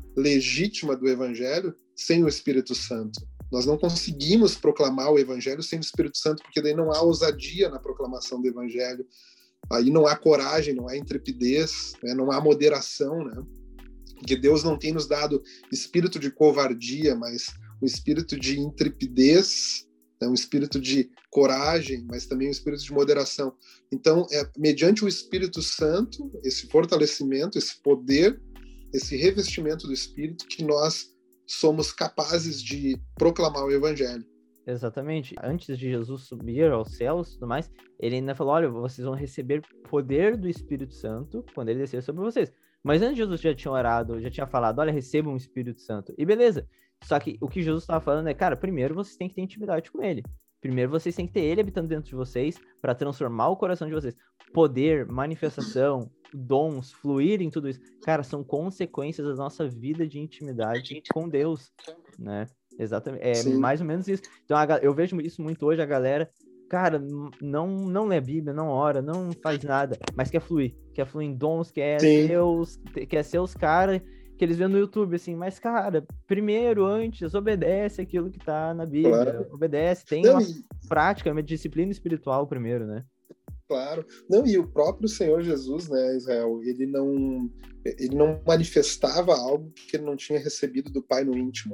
legítima do Evangelho sem o Espírito Santo. Nós não conseguimos proclamar o Evangelho sem o Espírito Santo, porque daí não há ousadia na proclamação do Evangelho. Aí não há coragem, não há intrepidez, né? Não há moderação, né? Porque Deus não tem nos dado espírito de covardia, mas um espírito de intrepidez, né? Um espírito de coragem, mas também um espírito de moderação. Então, é mediante o Espírito Santo, esse fortalecimento, esse poder, esse revestimento do Espírito, que nós somos capazes de proclamar o Evangelho. Exatamente. Antes de Jesus subir aos céus e tudo mais, ele ainda falou, olha, vocês vão receber poder do Espírito Santo quando ele descer sobre vocês. Mas antes Jesus já tinha orado, já tinha falado, olha, recebam o Espírito Santo. E beleza. Só que o que Jesus estava falando é, cara, primeiro vocês têm que ter intimidade com ele. Primeiro vocês têm que ter ele habitando dentro de vocês para transformar o coração de vocês. Poder, manifestação, dons, fluir em tudo isso. Cara, são consequências da nossa vida de intimidade com Deus, né? Exatamente. É Sim. mais ou menos isso. Então, a, eu vejo isso muito hoje, a galera, cara, não, não lê a Bíblia, não ora, não faz nada, mas quer fluir. Quer fluir em dons, quer ser os, quer ser os caras que eles vêem no YouTube, assim, mas, cara, primeiro, antes, obedece aquilo que tá na Bíblia, claro. Obedece, tem não, uma e... prática, uma disciplina espiritual primeiro, né? Claro. Não, e o próprio Senhor Jesus, né, Israel, ele não, ele não manifestava algo que ele não tinha recebido do Pai no íntimo.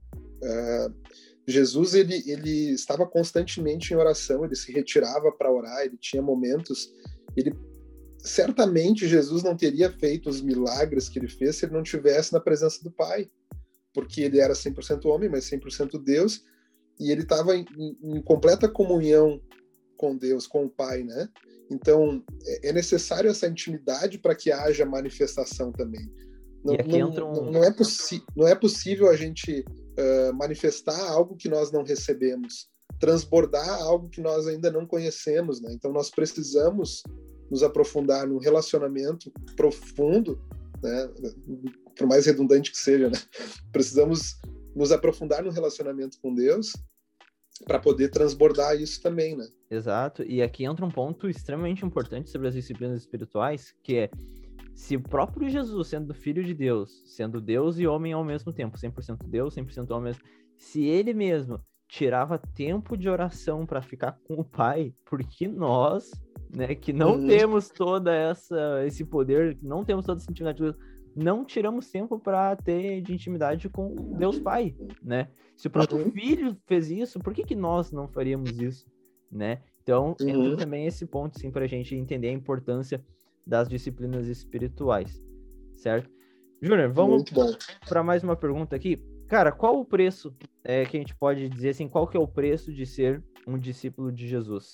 Uh, Jesus, ele, ele estava constantemente em oração, ele se retirava para orar, ele tinha momentos, ele certamente Jesus não teria feito os milagres que ele fez se ele não estivesse na presença do Pai, porque ele era cem por cento homem, mas cem por cento Deus, e ele estava em, em completa comunhão com Deus, com o Pai, né? Então, é necessário essa intimidade para que haja manifestação também. Não, não, um... não, não, é, possi- não é possível a gente uh, manifestar algo que nós não recebemos, transbordar algo que nós ainda não conhecemos, né? Então, nós precisamos nos aprofundar num relacionamento profundo, né? Por mais redundante que seja, né? Precisamos nos aprofundar no relacionamento com Deus para poder transbordar isso também, né? Exato, e aqui entra um ponto extremamente importante sobre as disciplinas espirituais, que é, se o próprio Jesus, sendo filho de Deus, sendo Deus e homem ao mesmo tempo, cem por cento Deus, cem por cento homem, se ele mesmo tirava tempo de oração para ficar com o Pai, porque nós, né, que não uhum. temos toda essa esse poder, não temos toda essa intimidade com Deus, não tiramos tempo para ter de intimidade com Deus Pai, né? Se o próprio uhum. Filho fez isso, por que que nós não faríamos isso, né? Então, uhum. entra também esse ponto, sim, para a gente entender a importância das disciplinas espirituais, certo? Júnior, vamos para mais uma pergunta aqui. Cara, qual o preço é, que a gente pode dizer assim, qual que é o preço de ser um discípulo de Jesus?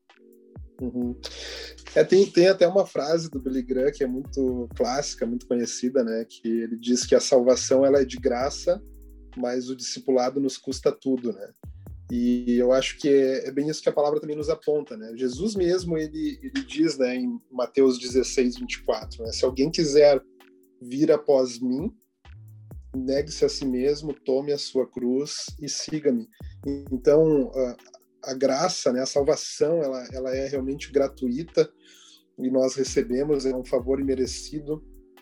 Uhum. É, tem, tem até uma frase do Billy Graham que é muito clássica, muito conhecida, né? Que ele diz que a salvação ela é de graça, mas o discipulado nos custa tudo, né? E eu acho que é, é bem isso que a palavra também nos aponta, né? Jesus mesmo, ele, ele diz, né, em Mateus dezesseis, vinte e quatro, né? Se alguém quiser vir após mim, negue-se a si mesmo, tome a sua cruz e siga-me. Então, a, a graça, né, a salvação, ela, ela é realmente gratuita e nós recebemos, é um favor imerecido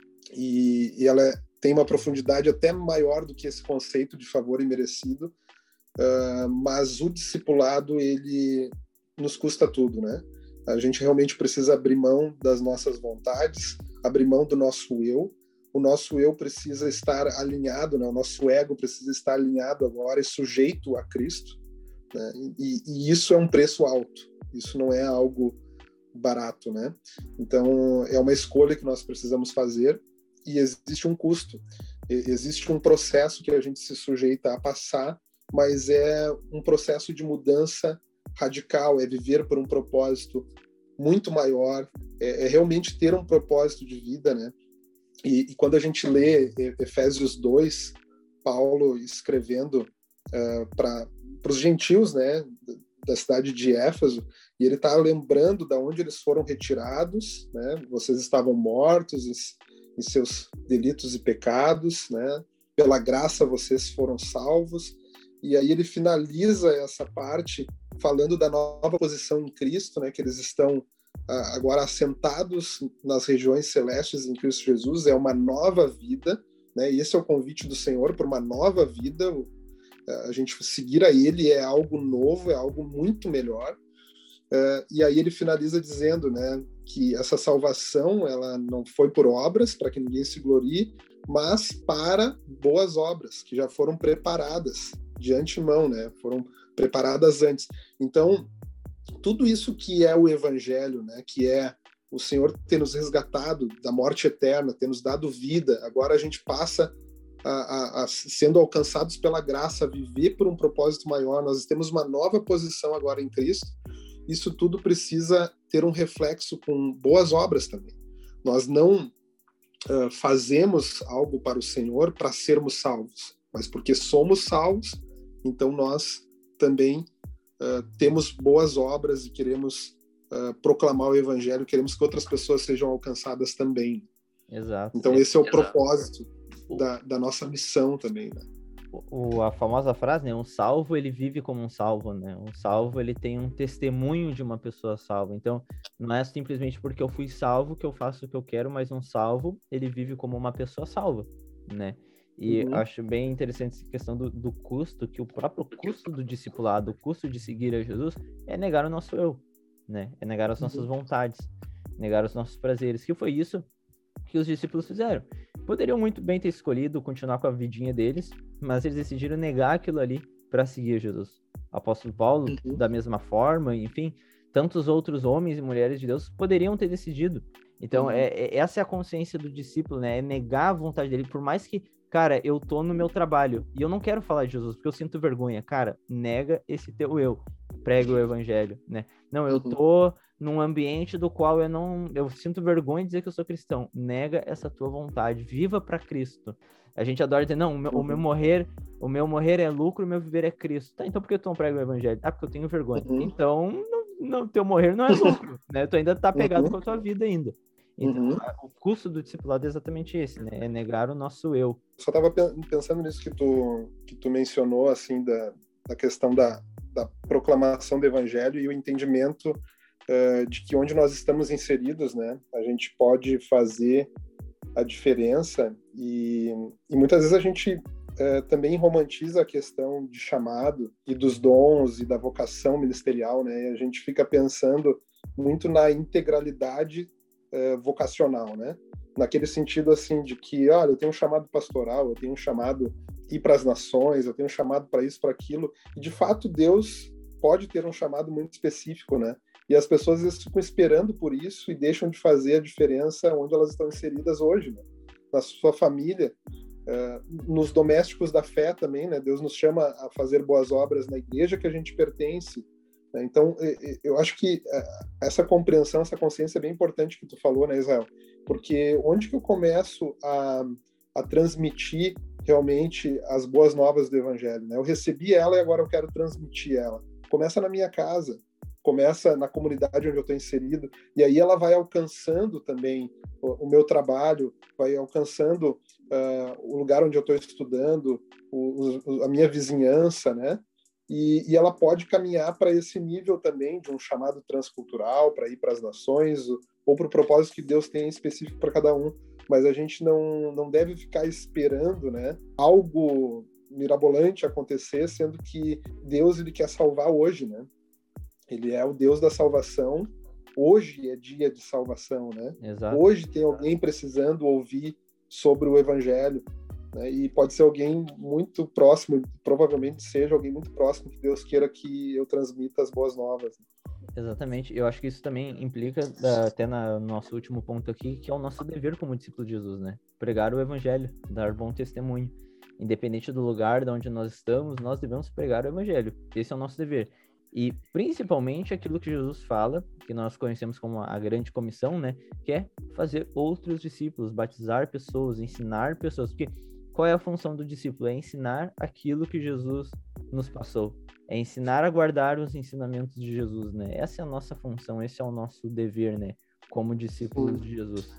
e, e ela tem uma profundidade até maior do que esse conceito de favor imerecido, uh, mas o discipulado, ele nos custa tudo, né? A gente realmente precisa abrir mão das nossas vontades, abrir mão do nosso eu. O nosso eu precisa estar alinhado, né? O nosso ego precisa estar alinhado agora e sujeito a Cristo, né? E, e isso é um preço alto, isso não é algo barato, né? Então, é uma escolha que nós precisamos fazer e existe um custo, existe um processo que a gente se sujeita a passar, mas é um processo de mudança radical, é viver por um propósito muito maior, é, é realmente ter um propósito de vida, né? E, e quando a gente lê Efésios dois, Paulo escrevendo uh, para os gentios, né, da cidade de Éfeso, e ele está lembrando de onde eles foram retirados, né? Vocês estavam mortos em, em seus delitos e pecados, né? Pela graça vocês foram salvos. E aí ele finaliza essa parte falando da nova posição em Cristo, né? Que eles estão uh, agora assentados nas regiões celestes em Cristo Jesus. É uma nova vida, né? E esse é o convite do Senhor por uma nova vida. A gente seguir a ele é algo novo, é algo muito melhor. Uh, e aí ele finaliza dizendo, né, que essa salvação ela não foi por obras, para que ninguém se glorie, mas para boas obras, que já foram preparadas de antemão, né, foram preparadas antes. Então, tudo isso que é o Evangelho, né, que é o Senhor ter nos resgatado da morte eterna, ter nos dado vida, agora a gente passa A, a, a, sendo alcançados pela graça, a viver por um propósito maior, nós temos uma nova posição agora em Cristo. Isso tudo precisa ter um reflexo com boas obras também. Nós não uh, fazemos algo para o Senhor para sermos salvos, mas porque somos salvos, então nós também uh, temos boas obras e queremos uh, proclamar o Evangelho, queremos que outras pessoas sejam alcançadas também. Exato. Então esse é o propósito Da, da nossa missão também, né? O, a famosa frase, né? Um salvo, ele vive como um salvo, né? Um salvo, ele tem um testemunho de uma pessoa salva. Então, não é simplesmente porque eu fui salvo que eu faço o que eu quero, mas um salvo, ele vive como uma pessoa salva, né? E uhum. acho bem interessante essa questão do, do custo, que o próprio custo do discipulado, o custo de seguir a Jesus, é negar o nosso eu, né? É negar as nossas uhum. vontades, negar os nossos prazeres, que foi isso que os discípulos fizeram. Poderiam muito bem ter escolhido continuar com a vidinha deles, mas eles decidiram negar aquilo ali para seguir Jesus. O apóstolo Paulo, uhum. da mesma forma, enfim, tantos outros homens e mulheres de Deus poderiam ter decidido. Então, uhum. é, é, essa é a consciência do discípulo, né? É negar a vontade dele, por mais que, cara, eu tô no meu trabalho e eu não quero falar de Jesus porque eu sinto vergonha. Cara, nega esse teu eu, prega o evangelho, né? Não, eu tô num ambiente do qual eu não, eu sinto vergonha de dizer que eu sou cristão. Nega essa tua vontade, viva para Cristo. A gente adora dizer, não, o meu, uhum. o meu morrer, o meu morrer é lucro, o meu viver é Cristo. Tá, então por que tu não prega o evangelho? Ah, porque eu tenho vergonha. Uhum. Então, não, não, teu morrer não é lucro, né? Tu ainda tá pegado uhum. com a tua vida ainda. Então, uhum. o custo do discipulado é exatamente esse, né? É negar o nosso eu. Só tava pensando nisso que tu, que tu mencionou, assim, da, da questão da, da proclamação do evangelho e o entendimento uh, de que onde nós estamos inseridos, né, a gente pode fazer a diferença e, e muitas vezes a gente uh, também romantiza a questão de chamado e dos dons e da vocação ministerial, né, e a gente fica pensando muito na integralidade uh, vocacional, né, naquele sentido assim de que, olha, eu tenho um chamado pastoral, eu tenho um chamado ir para as nações, eu tenho um chamado para isso, para aquilo, e de fato Deus pode ter um chamado muito específico, né? E as pessoas às vezes ficam esperando por isso e deixam de fazer a diferença onde elas estão inseridas hoje, né? Na sua família, uh, nos domésticos da fé também, né? Deus nos chama a fazer boas obras na igreja que a gente pertence, né? Então, eu acho que uh, essa compreensão, essa consciência é bem importante que tu falou, né, Israel? Porque onde que eu começo a, a transmitir realmente as boas novas do evangelho, né? Eu recebi ela e agora eu quero transmitir ela. Começa na minha casa, começa na comunidade onde eu estou inserido, e aí ela vai alcançando também o, o meu trabalho, vai alcançando uh, o lugar onde eu estou estudando, o, o, a minha vizinhança, né? E, e ela pode caminhar para esse nível também de um chamado transcultural, para ir para as nações, ou para o propósito que Deus tem específico para cada um. Mas a gente não, não deve ficar esperando, né, algo mirabolante acontecer, sendo que Deus ele quer salvar hoje, né? Ele é o Deus da salvação. Hoje é dia de salvação, né? Exato. Hoje tem alguém precisando ouvir sobre o evangelho, né? E pode ser alguém muito próximo, provavelmente seja alguém muito próximo que Deus queira que eu transmita as boas novas. Exatamente, eu acho que isso também implica, até no nosso último ponto aqui, que é o nosso dever como discípulo de Jesus, né? Pregar o evangelho, dar bom testemunho. Independente do lugar de onde nós estamos, nós devemos pregar o evangelho. Esse é o nosso dever. E principalmente aquilo que Jesus fala, que nós conhecemos como a grande comissão, né? Que é fazer outros discípulos, batizar pessoas, ensinar pessoas. Porque qual é a função do discípulo? É ensinar aquilo que Jesus nos passou. É ensinar a guardar os ensinamentos de Jesus, né? Essa é a nossa função, esse é o nosso dever, né? Como discípulos de Jesus.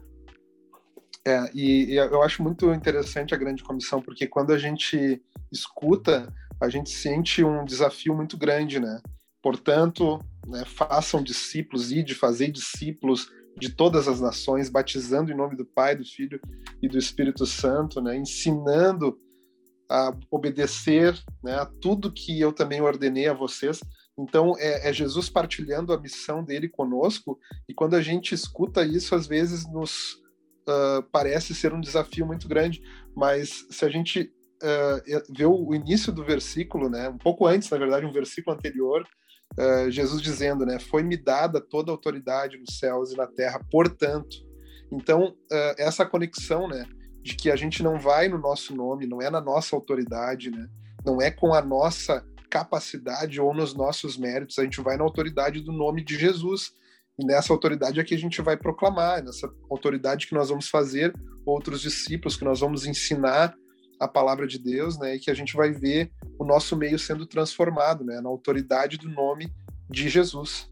É, e, e eu acho muito interessante a grande comissão, porque quando a gente escuta, a gente sente um desafio muito grande, né? Portanto, né, façam discípulos, ide fazer discípulos de todas as nações, batizando em nome do Pai, do Filho e do Espírito Santo, né? Ensinando a obedecer, né, a tudo que eu também ordenei a vocês. Então, é, é Jesus partilhando a missão dele conosco, e quando a gente escuta isso, às vezes nos uh, parece ser um desafio muito grande, mas se a gente uh, vê o início do versículo, né, um pouco antes, na verdade, um versículo anterior, uh, Jesus dizendo, né, foi-me dada toda a autoridade nos céus e na terra, portanto. Então, uh, essa conexão, né, de que a gente não vai no nosso nome, não é na nossa autoridade, né? Não é com a nossa capacidade ou nos nossos méritos, a gente vai na autoridade do nome de Jesus. E nessa autoridade é que a gente vai proclamar, nessa autoridade que nós vamos fazer outros discípulos, que nós vamos ensinar a palavra de Deus, né? E que a gente vai ver o nosso meio sendo transformado, né? Na autoridade do nome de Jesus.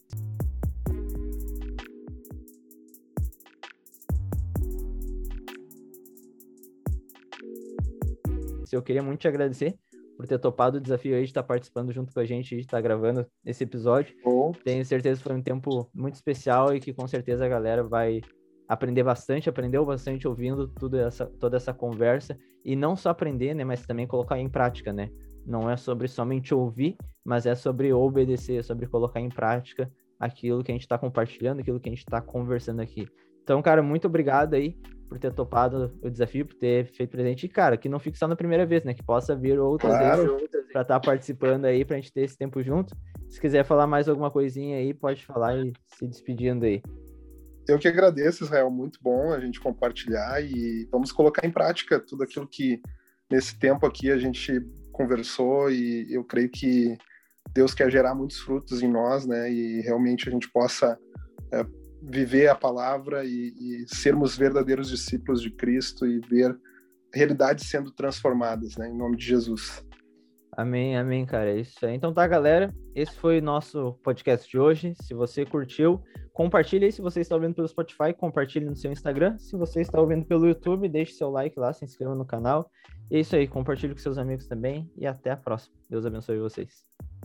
Eu queria muito te agradecer por ter topado o desafio aí de estar participando junto com a gente e de estar gravando esse episódio. Bom. Tenho certeza que foi um tempo muito especial e que com certeza a galera vai aprender bastante, aprendeu bastante ouvindo tudo essa, toda essa conversa. E não só aprender, né, mas também colocar em prática, né? Não é sobre somente ouvir, mas é sobre obedecer, é sobre colocar em prática aquilo que a gente está compartilhando, aquilo que a gente está conversando aqui. Então, cara, muito obrigado aí por ter topado o desafio, por ter feito presente. E, cara, que não fique só na primeira vez, né? Que possa vir outras Claro. vezes para estar participando aí, pra gente ter esse tempo junto. Se quiser falar mais alguma coisinha aí, pode falar e se despedindo aí. Eu que agradeço, Israel. Muito bom a gente compartilhar e vamos colocar em prática tudo aquilo que nesse tempo aqui a gente conversou, e eu creio que Deus quer gerar muitos frutos em nós, né? E realmente a gente possa é, viver a palavra e, e sermos verdadeiros discípulos de Cristo e ver realidades sendo transformadas, né? Em nome de Jesus. Amém, amém, cara. É isso aí. Então tá, galera. Esse foi o nosso podcast de hoje. Se você curtiu, compartilhe aí. Se você está ouvindo pelo Spotify, compartilhe no seu Instagram. Se você está ouvindo pelo YouTube, deixe seu like lá, se inscreva no canal. É isso aí. Compartilhe com seus amigos também. E até a próxima. Deus abençoe vocês.